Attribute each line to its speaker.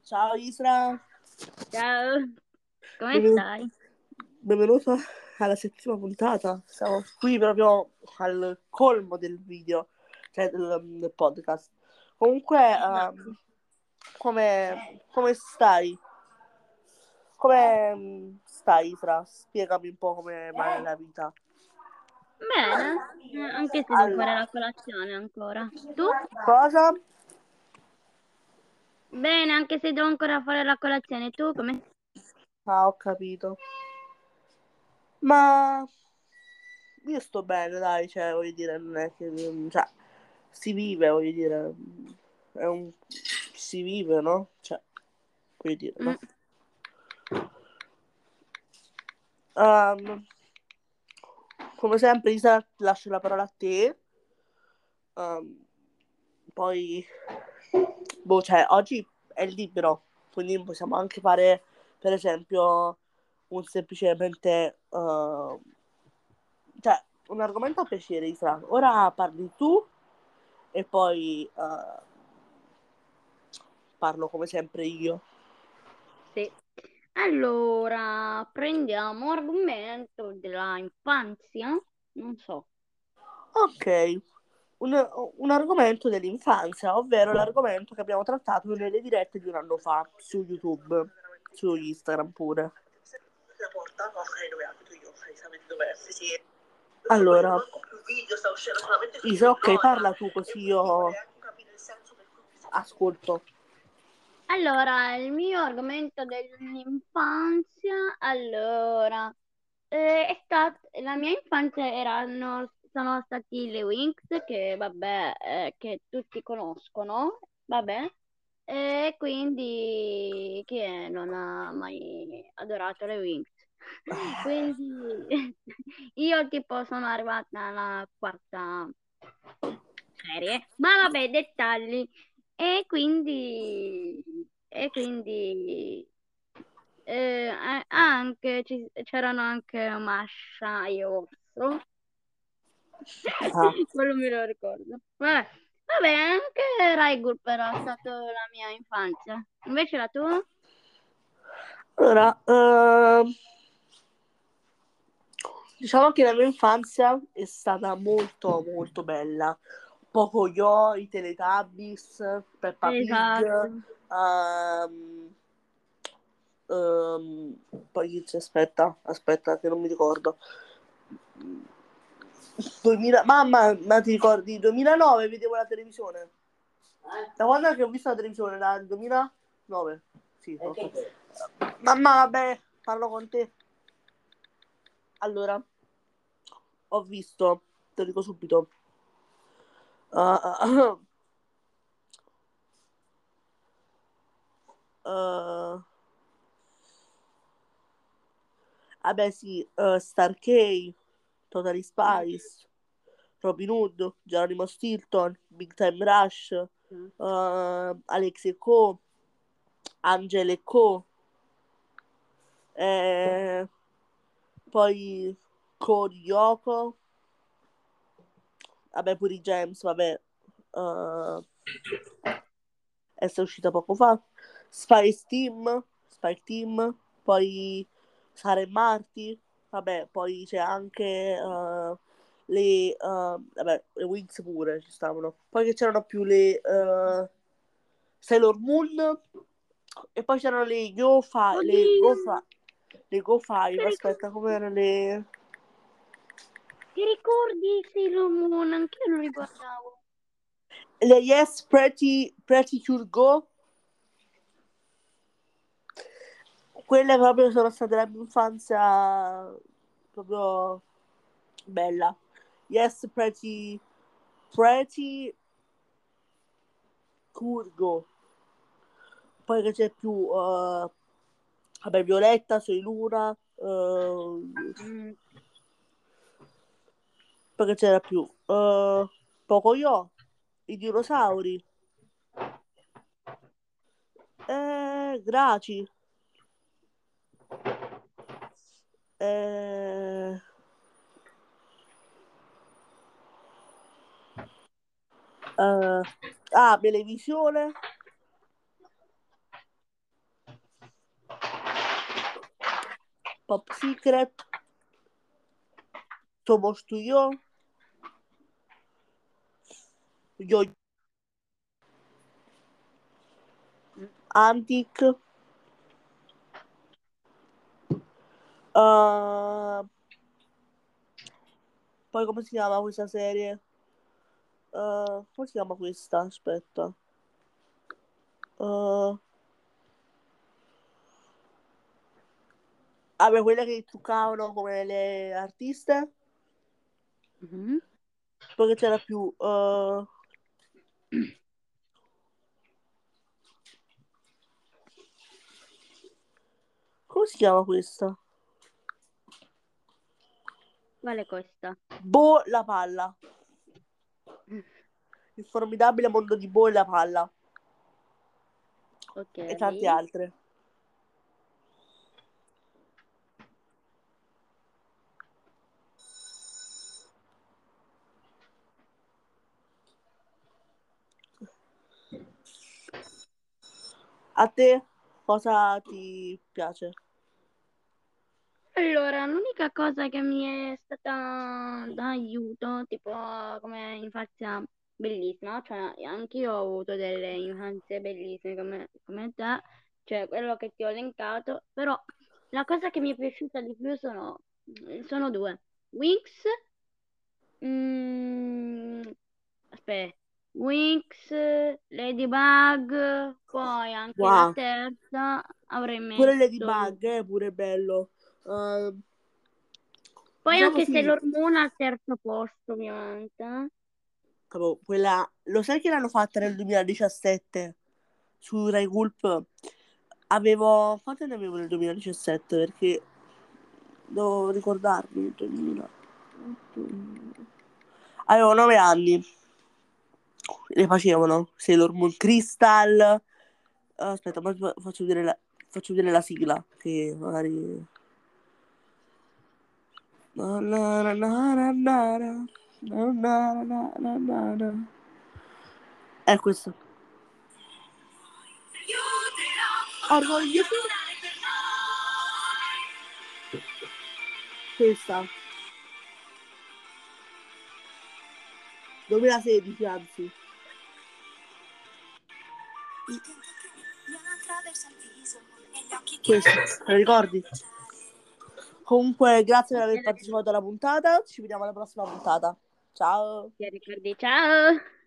Speaker 1: Ciao Isra,
Speaker 2: Ciao, come
Speaker 1: benvenuto,
Speaker 2: stai?
Speaker 1: benvenuto alla settima puntata. Siamo qui proprio al colmo del video, cioè del podcast. Comunque,
Speaker 2: Esatto.
Speaker 1: come stai? Come stai Isra? Spiegami un po' come va la vita.
Speaker 2: Bene, anche se devo fare
Speaker 1: Allora,
Speaker 2: la colazione ancora. Tu?
Speaker 1: cosa?
Speaker 2: Bene, anche se devo ancora fare la colazione. Tu come?
Speaker 1: Ah, ho capito. Ma io sto bene, dai, cioè, voglio dire, non è che, cioè, si vive, voglio dire, è un, si vive, no? Cioè, voglio dire,
Speaker 2: Mm,
Speaker 1: no? Ehm, Come sempre, Isa, lascio la parola a te. Ehm, Poi, boh, cioè, oggi è libero, quindi possiamo anche fare, per esempio, un semplicemente, cioè, un argomento a piacere, Isra. Ora parli tu e poi parlo come sempre io.
Speaker 2: sì. Allora, prendiamo argomento della infanzia. Non so.
Speaker 1: Ok, un argomento dell'infanzia, ovvero l'argomento che abbiamo trattato nelle dirette di un anno fa su YouTube, su Instagram pure. Allora, Isa, ok, parla tu così io ascolto.
Speaker 2: Allora, il mio argomento dell'infanzia, allora, la mia infanzia sono stati le Winx, che vabbè, che tutti conoscono, vabbè, e quindi chi è non ha mai adorato le Winx? Quindi io tipo sono arrivata alla quarta serie, ma vabbè, dettagli. E quindi, e quindi c'erano anche Masha e Orso,
Speaker 1: Ah.
Speaker 2: quello me lo ricordo. Vabbè, anche Raigul però è stata la mia infanzia. Invece la tua?
Speaker 1: Allora, diciamo che la mia infanzia è stata molto molto bella. Poco Yo, i Teletubbies, Peppa Pig,
Speaker 2: Esatto.
Speaker 1: ehm, poi chi c'è? Aspetta che non mi ricordo. 2000, mamma, ma ti ricordi? 2009 vedevo la televisione. Da quando è che ho visto la televisione? Dal 2009? Sì, okay. Mamma, vabbè, parlo con te. Allora, ho visto, te lo dico subito. Uh, uh, vabbè, sì, Starkey, Totally
Speaker 2: Mm,
Speaker 1: Spice, Robin Hood, Geronimo Stilton, Big Time Rush, Alex e Co, Angel e Co, eh, poi Cody Yoko, vabbè, pure i James, vabbè, eh, è uscita poco fa, Spy Team, poi Sara e Marty, vabbè, poi c'è anche vabbè, le Wings pure ci stavano, poi che c'erano più le Sailor Moon e poi c'erano le
Speaker 2: Oddio,
Speaker 1: le Go
Speaker 2: che,
Speaker 1: 5,
Speaker 2: ricor-
Speaker 1: aspetta, come erano le
Speaker 2: che ricordi Sailor Moon? Anch'io non ricordavo.
Speaker 1: Yes Pretty Cure Go. Quelle proprio sono state la mia infanzia proprio bella. Yes, Pretty Curgo. Poi che c'è più, vabbè, Violetta, Soy Luna,
Speaker 2: Mm,
Speaker 1: poi che c'era più, Pocoyo, i dinosauri, Graci, eh, Belevisione, Pop Secret, Somos tú y yo, Yo Antic, poi come si chiama questa serie? Come si chiama questa? Aspetta. Vabbè, quelle che truccavano come le artiste.
Speaker 2: Mhm.
Speaker 1: Poi che c'era più... come si chiama questa?
Speaker 2: Quale questa?
Speaker 1: Bo la palla. Il formidabile mondo di Bo e la palla.
Speaker 2: Ok.
Speaker 1: E tante altre. A te cosa ti piace?
Speaker 2: Allora, l'unica cosa che mi è stata d'aiuto, tipo come infanzia bellissima, cioè anch'io ho avuto delle infanzie bellissime come te, cioè quello che ti ho elencato, però la cosa che mi è piaciuta di più sono due. Winx, mm, aspetta, Winx, Ladybug, poi anche la
Speaker 1: Wow.
Speaker 2: terza avrei
Speaker 1: Pure
Speaker 2: messo...
Speaker 1: Ladybug, pure bello.
Speaker 2: Poi
Speaker 1: Diciamo
Speaker 2: anche
Speaker 1: sì,
Speaker 2: Sailor Moon al terzo posto, ovviamente.
Speaker 1: quella... Lo sai che l'hanno fatta nel 2017 su Rai Gulp? Quanto ne avevo nel 2017? Perché devo ricordarmi il 2000. Avevo 9 anni. Le facevano Sailor Moon Crystal. Aspetta, ma faccio vedere la sigla. Che magari. Na, na, na, na, na, na, na, na, na, na, na, na. È questo. Orgoglio. Questa. 2016, anzi. Questo, te lo ricordi? Comunque, grazie per aver partecipato alla puntata. Ci vediamo alla prossima puntata. Ciao.
Speaker 2: Ti ricordi? Ciao!